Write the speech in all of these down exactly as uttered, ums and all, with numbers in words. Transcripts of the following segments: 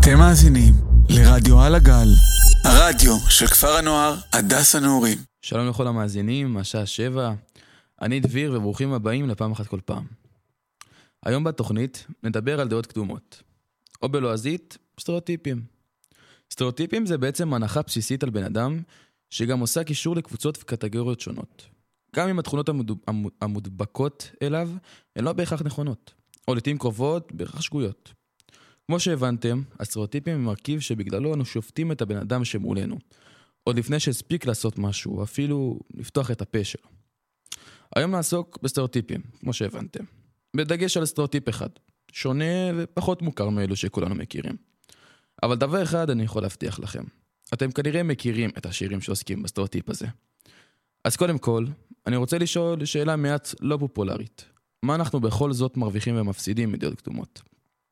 אתם מאזינים לרדיו על הגל, הרדיו של כפר הנוער הדס הנעורים. שלום לכל המאזינים, השעה שבע, אני דביר וברוכים הבאים לפעם אחת כל פעם. היום בתוכנית נדבר על דעות קדומות, או בלועזית, סטריאוטיפים. סטריאוטיפים זה בעצם הנחה בסיסית על בן אדם, שגם עושה קישור לקבוצות וקטגוריות שונות. גם אם התכונות המודב... המודבקות אליו הן לא בהכרח נכונות, או לעתים קרובות בהכרח שגויות. כמו שהבנתם, הסטריאוטיפים הם מרכיב שבגללו אנו שופטים את הבן אדם שמולנו, עוד לפני שהספיק לעשות משהו, אפילו לפתוח את הפה שלו. היום נעסוק בסטריאוטיפים, כמו שהבנתם, בדגש על סטריאוטיפ אחד, שונה ופחות מוכר מאלו שכולנו מכירים. אבל דבר אחד אני יכול להבטיח לכם, אתם כנראה מכירים את השירים שעוסקים בסטריאוטיפ הזה. אז קודם כל, אני רוצה לשאול שאלה מעט לא פופולרית. מה אנחנו בכל זאת מרוויחים ומפסידים מדעות קדומות?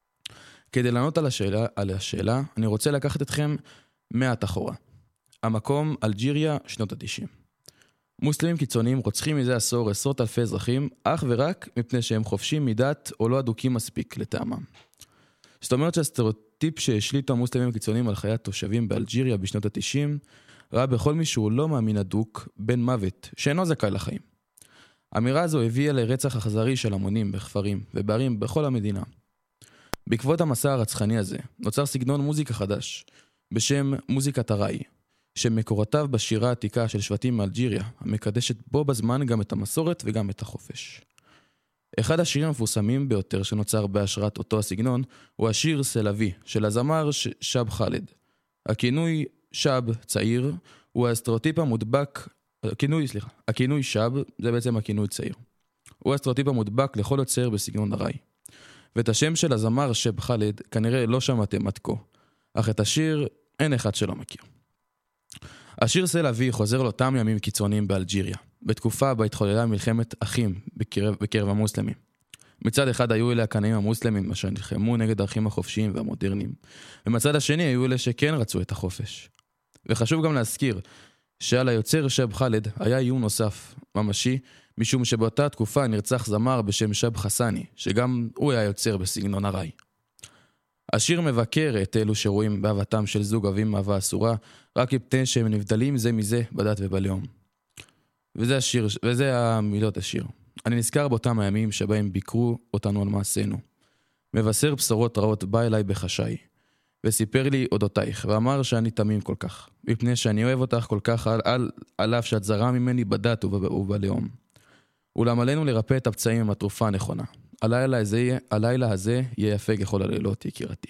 כדי לענות על השאלה, על השאלה, אני רוצה לקחת אתכם מעט אחורה. המקום, אלג'יריה, שנות ה-תשעים. מוסלמים קיצוניים רוצחים מזה עשור עשרות אלפי אזרחים, אך ורק מפני שהם חופשים מדת או לא אדוקים מספיק לטעמם. זאת אומרת שהסטריאוטיפ שהשליטו המוסלמים הקיצוניים על חיית תושבים באלג'יריה בשנות ה-תשעים, ראה בכל מי שהוא לא מאמין אדוק בן מוות, שאינו זכאי לחיים. האמירה הזו הביאה לרצח אכזרי של המונים בכפרים ובערים בכל המדינה. בעקבות המסע הרצחני הזה, נוצר סגנון מוזיקה חדש, בשם מוזיקת הראי, שמקורותיו בשירה העתיקה של שבטים מאלג'יריה, המקדשת בו בזמן גם את המסורת וגם את החופש. אחד השירים המפורסמים ביותר שנוצר בהשראת אותו הסגנון, הוא השיר סלאבי, של הזמר ש- שב חאלד. הכינוי שב צעיר, הוא הסטריאוטיפ המודבק, הכינוי, סליחה, הכינוי שב, זה בעצם הכינוי צעיר. הוא הסטריאוטיפ המודבק לכל יוצר בסגנון הראי. ואת השם של הזמר שב חאלד כנראה לא שמעתם עד כה, אך את השיר אין אחד שלא מכיר. השיר סלאבי חוזר לאותם ימים קיצוניים באלג'יריה, בתקופה בה התחוללה מלחמת אחים בקרב, בקרב המוסלמים. מצד אחד היו אלה הקנאים המוסלמים אשר נלחמו נגד הערכים החופשיים והמודרניים, ומצד השני היו אלה שכן רצו את החופש. וחשוב גם להזכיר שעל היוצר שב חאלד היה איום נוסף, ממשי, משום שבאותה תקופה נרצח זמר בשם שב חסני, שגם הוא היה יוצר בסגנון הראי. השיר מבקר את אלו שרואים באהבתם של זוג אבים אהבה אסורה, רק מפני שהם נבדלים זה מזה בדת ובלאום. וזה השיר, וזה המילות השיר. אני נזכר באותם הימים שבהם ביקרו אותנו על מעשינו. מבשר בשורות רעות בא אליי בחשאי, וסיפר לי אודותייך, ואמר שאני תמים כל כך, מפני שאני אוהב אותך כל כך על, על, על אף שאת זרה ממני בדת ובלאום. אולם עלינו לרפא את הפצעים עם התרופה הנכונה. הלילה הזה, הלילה הזה יהיה יפה ככל הלילות, יקירתי.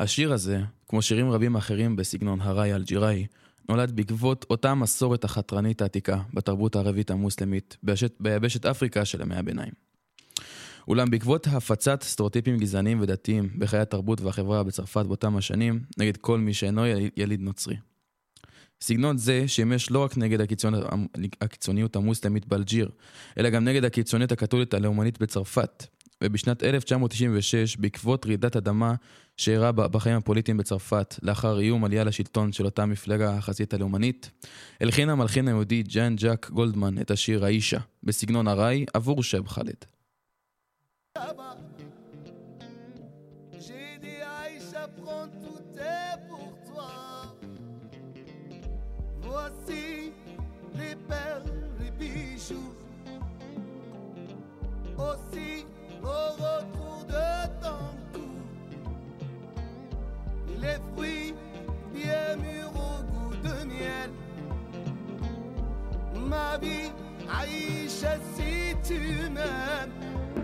השיר הזה, כמו שירים רבים אחרים בסגנון הראי אלג'יראי, נולד בעקבות אותה מסורת החתרנית העתיקה בתרבות הערבית המוסלמית ביבשת, ביבשת אפריקה של ימי הביניים. אולם בעקבות הפצת סטריאוטיפים גזעניים ודתיים בחיי התרבות והחברה בצרפת באותם השנים, נגד כל מי שאינו יליד נוצרי. סגנון זה שימש לא רק נגד הקיצוניות, הקיצוניות המוסלמית באלג'יר, אלא גם נגד הקיצוניות הקתולית הלאומנית בצרפת. ובשנת אלף תשע מאות תשעים ושש, בעקבות רעידת אדמה שאירעה בחיים הפוליטיים בצרפת, לאחר איום עלייה לשלטון של אותה מפלגה החזית הלאומנית, הלחין המלחין היהודי ז'אן ז'אק גולדמן את השיר האישה, בסגנון הראי עבור שב חאלד. Voici les perles, les bijoux, aussi au retour de ton cou, les fruits bien mûrs au goût de miel. Ma vie, Aïcha, si tu m'aimes,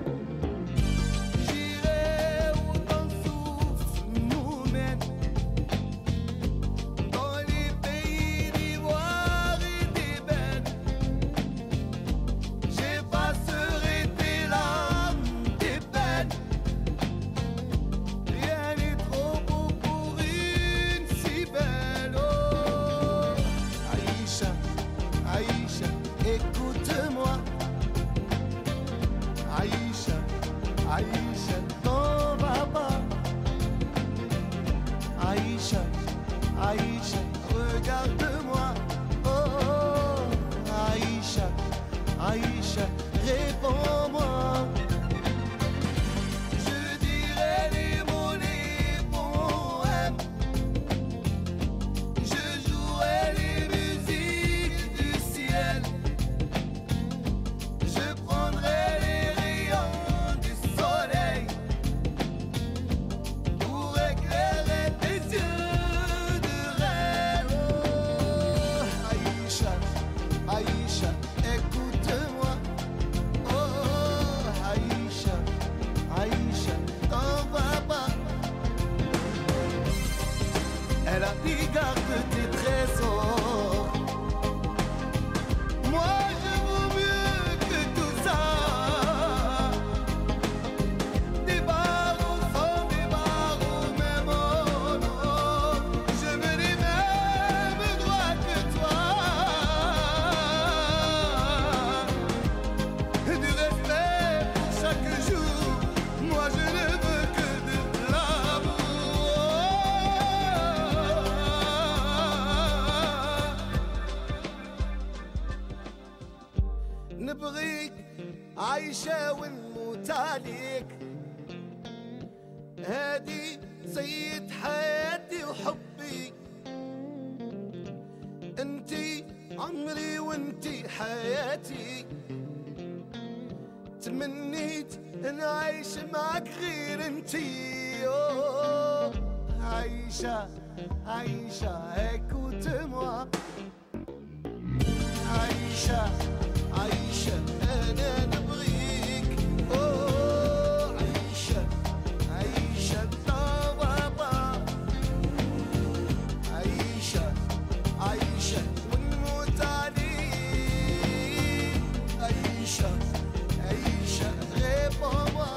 j'irai où ton souffle nous mène. Aïcha, regarde-moi, oh, oh, Aïcha, Aïcha, réponds-moi. Je dirai les mots, les poèmes, je jouerai les musiques du ciel, je prendrai les rayons du soleil pour éclairer tes yeux. Aïcha, écoute-moi, oh Aïcha, Aïcha, t'en vas pas. Elle a dit garde tes trésors. Moi je vaux mieux que tout ça. Des barreaux sont des barreaux, mais mon nom, je veux les mêmes droits que toi. نبغيك عايشة ونموت عليك هادي سيد حياتي وحبي انتي عمري وانتي حياتي تمنيت ان اعيش معك غير انتي أوه. عايشة عايشة écoute-moi عايشة عايشة أنا نبغيك أوه عايشة عايشة طبابا عايشة عايشة ونموت عليك عايشة عايشة réponds-moi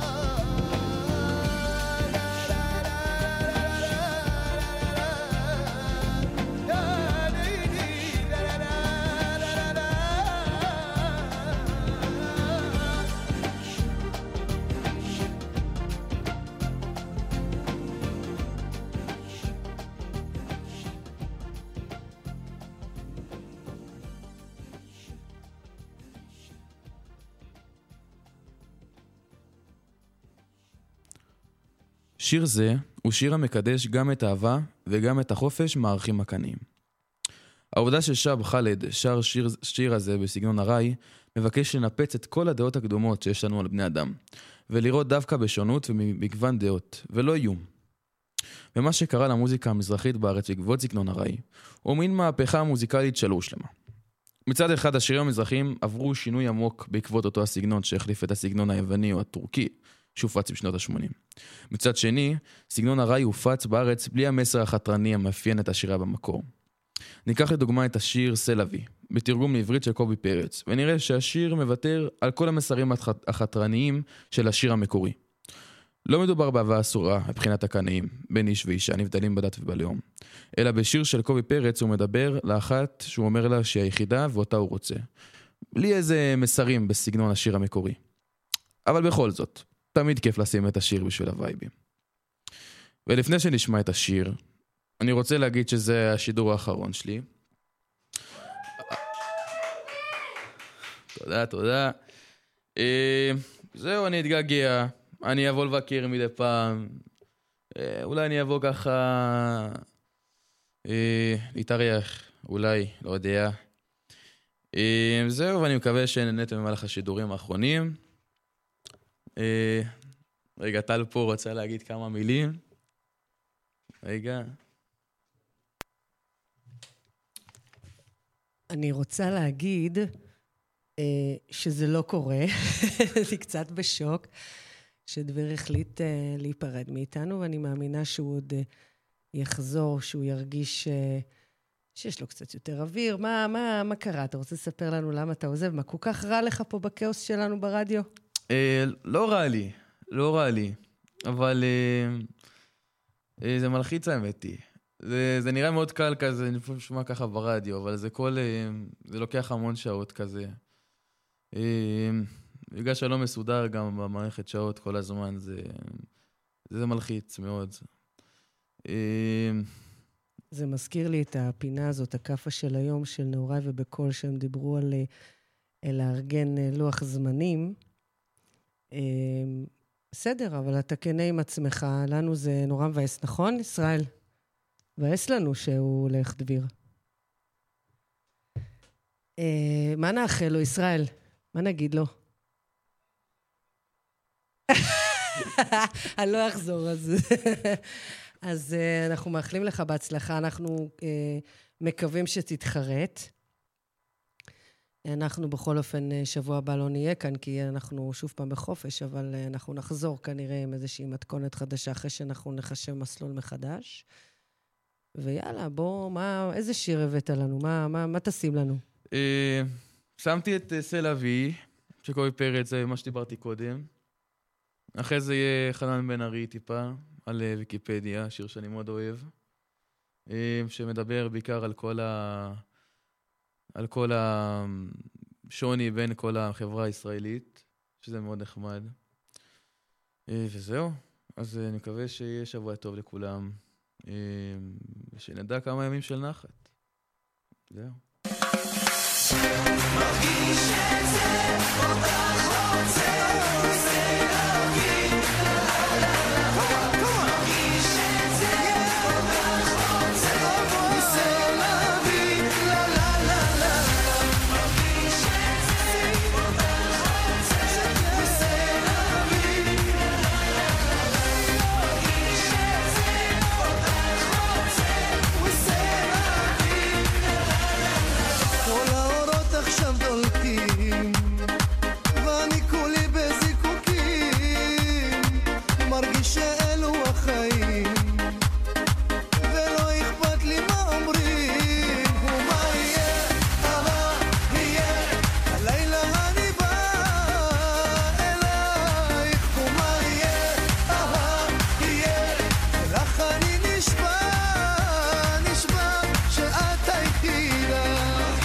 שיר זה הוא שיר המקדש גם את האהבה וגם את החופש מערכים מקניים. העובדה ששב חאלד שר שיר, שיר הזה בסגנון הראי מבקש לנפץ את כל הדעות הקדומות שיש לנו על בני אדם ולראות דווקא בשונות ומגוון דעות ולא איום. ומה שקרה למוזיקה המזרחית בארץ בעקבות סגנון הראי הוא מין מהפכה מוזיקלית שלא הושלמה. מצד אחד השירים המזרחיים עברו שינוי עמוק בעקבות אותו הסגנון שהחליף את הסגנון היווני או הטורקי שהופץ בשנות ה-שמונים. מצד שני, סגנון הראי הופץ בארץ בלי המסר החתרני המאפיין את השירה במקור. ניקח לדוגמה את השיר סלווי, בתרגום לעברית של קובי פרץ, ונראה שהשיר מוותר על כל המסרים החתרניים של השיר המקורי. לא מדובר באהבה אסורה מבחינת הקנאים, בין איש ואישה נבדלים בדת ובלאום, אלא בשיר של קובי פרץ הוא מדבר לאחת שהוא אומר לה שהיא היחידה ואותה הוא רוצה. בלי איזה מסרים בסגנון השיר המקורי. אבל בכל זאת, תמיד כיף לשים את השיר בשביל הווייבים. ולפני שנשמע את השיר, אני רוצה להגיד שזה השידור האחרון שלי. תודה, תודה. אה, זהו, אני אתגעגע. אני אבוא לבקר מדי פעם. אה, אולי אני אבוא ככה אה, להתארח. אולי, לא יודע. אה, זהו, ואני מקווה שנהנתם במהלך השידורים האחרונים. אה, רגע, טל פה רוצה להגיד כמה מילים. רגע. אני רוצה להגיד אה, שזה לא קורה. אני קצת בשוק. שדביר החליט uh, להיפרד מאיתנו, ואני מאמינה שהוא עוד uh, יחזור, שהוא ירגיש uh, שיש לו קצת יותר אוויר. מה, מה, מה קרה? אתה רוצה לספר לנו למה אתה עוזב? מה כל כך רע לך פה בקאוס שלנו ברדיו? אה, לא רע לי, לא רע לי, אבל אה, אה, זה מלחיץ האמת היא. זה, זה נראה מאוד קל כזה, אני לפעמים שומע ככה ברדיו, אבל זה כל, אה, זה לוקח המון שעות כזה. אה, בגלל שלא מסודר גם במערכת שעות כל הזמן, זה, זה מלחיץ מאוד. זה מזכיר לי את הפינה הזאת, הקפה של היום של נעוריי ובקול, שהם דיברו על לארגן לוח זמנים. בסדר, אבל אתה כנה עם עצמך, לנו זה נורא מבאס, נכון, ישראל? מבאס לנו שהוא הולך דביר. מה נאחל לו, ישראל? מה נגיד לו? אני לא אחזור, אז... אז uh, אנחנו מאחלים לך בהצלחה, אנחנו uh, מקווים שתתחרט. אנחנו בכל אופן שבוע הבא לא נהיה כאן, כי אנחנו שוב פעם בחופש, אבל uh, אנחנו נחזור כנראה עם איזושהי מתכונת חדשה, אחרי שאנחנו נחשב מסלול מחדש. ויאללה, בוא, מה, איזה שיר הבאת לנו? מה, מה, מה תשים לנו? שמתי את סלווי, שקובי פרץ, זה מה שדיברתי קודם. אחרי זה יהיה חנן בן ארי טיפה, על ויקיפדיה, שיר שאני מאוד אוהב, שמדבר בעיקר על כל ה... על כל השוני בין כל החברה הישראלית, שזה מאוד נחמד. וזהו, אז אני מקווה שיהיה שבוע טוב לכולם, ושנדע כמה ימים של נחת. זהו. מרגיש את זה, אותך רוצה, זה להגיד, לה לה לה. מרגיש את זה, אותך רוצה, זה להגיד, לה לה לה. מרגיש את זה, אותך רוצה, זה להגיד, לה לה לה. מרגיש את זה, אותך רוצה, זה להגיד, לה לה לה. עכשיו דולקים ואני כולי בזיקוקים, מרגיש שאלו החיים ולא אכפת לי מה אומרים. ומה יהיה, מה יהיה, הלילה אני בא אלייך. ומה יהיה, מה יהיה, לך אני נשבע, נשבע שאת היחידה.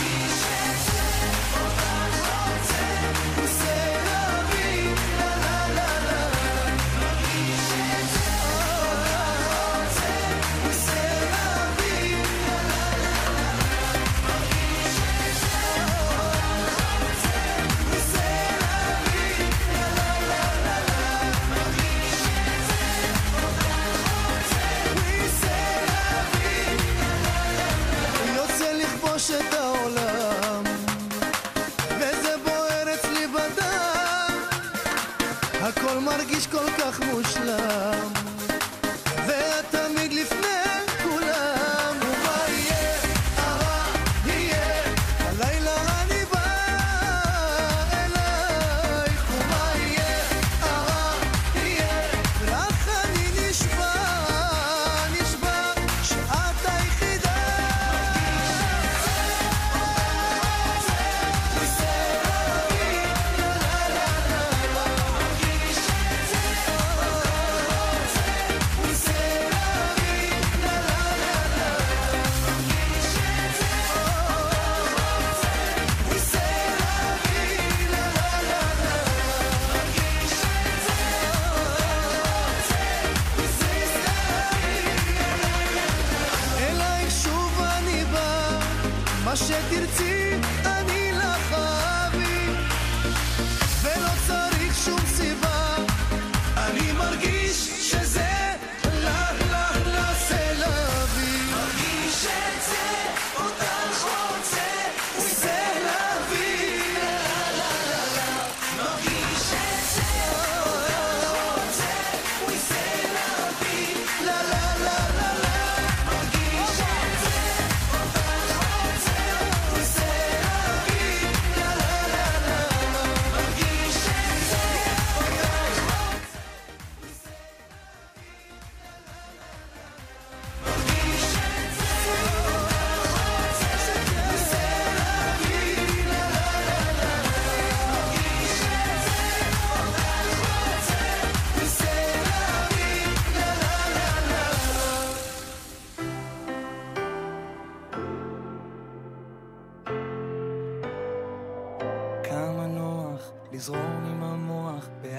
את העולם וזה בוער אצלי בדם, הכל מרגיש כל כך מושלם ואת תמיד לפני כולם. ומה יהיה, מה יהיה, הלילה אני בא אלייך. ומה יהיה, מה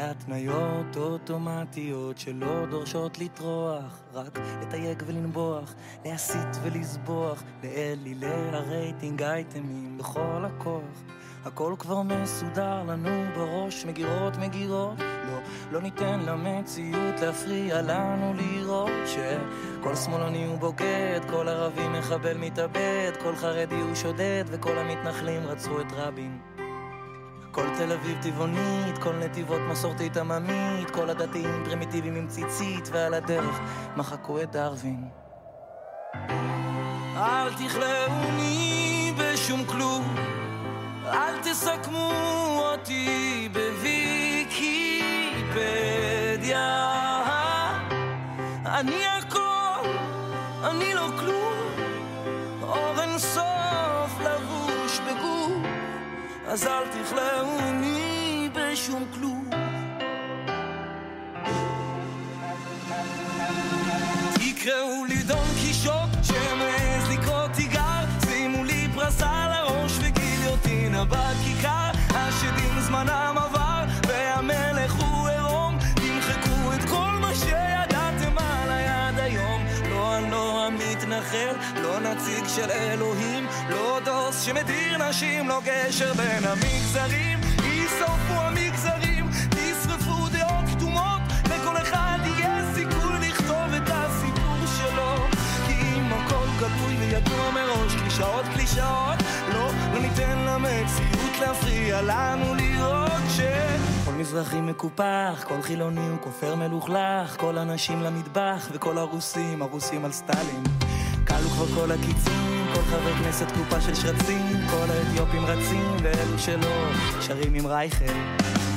התניות אוטומטיות שלא דורשות לטרוח, רק לתייג ולנבוח, להסיט ולסבוח, לאלילי הרייטינג אייטמים בכל הכוח. הכל כבר מסודר לנו בראש, מגירות מגירות, לא, לא ניתן למציאות להפריע לנו לראות שכל שמאלני הוא בוגד, כל ערבי מחבל מתאבד, כל חרדי הוא שודד וכל המתנחלים רצו את רבין. כל תל אביב טבעונית, כל נתיבות מסורתית עממית, כל הדתיים פרימיטיביים עם ציצית, ועל הדרך מחקו את דרווין. אל תכלאוני בשום כלום, אל תסכמו אותי בוויקיפדיה. אני הכל, אני לא כלום, אור אין סוף לבוש בגוף, אז אל תכלאוני בשום כלום. תקראו לי דון קישוט שמעז לקרוא תיגר, שימו לי פרס על הראש וגיליוטינה בכיכר, השדים זמנם עבר והמלך הוא עירום, תמחקו את כל מה שידעתם על היד היום. לא אני המתנחל, לא נציג של אלוהים, לא דוס שמדיר נשים, לא גשר בין המגזרים, ישרפו המגזרים, תשרפו דעות כתומות, לכל אחד יהיה סיכוי לכתוב את הסיפור שלו, כי אם הכל גלוי וידוע מראש, קלישאות קלישאות, לא, לא ניתן למציאות להפריע לנו לראות שכל מזרחי מקופח, כל חילוני הוא כופר מלוכלך, כל אנשים למטבח וכל הרוסים, הרוסים על סטלין, קלו כבר כל הקיצים, כל חבר כנסת קופה של שרצים, כל האתיופים רצים ואלו שלא שרים עם רייכל.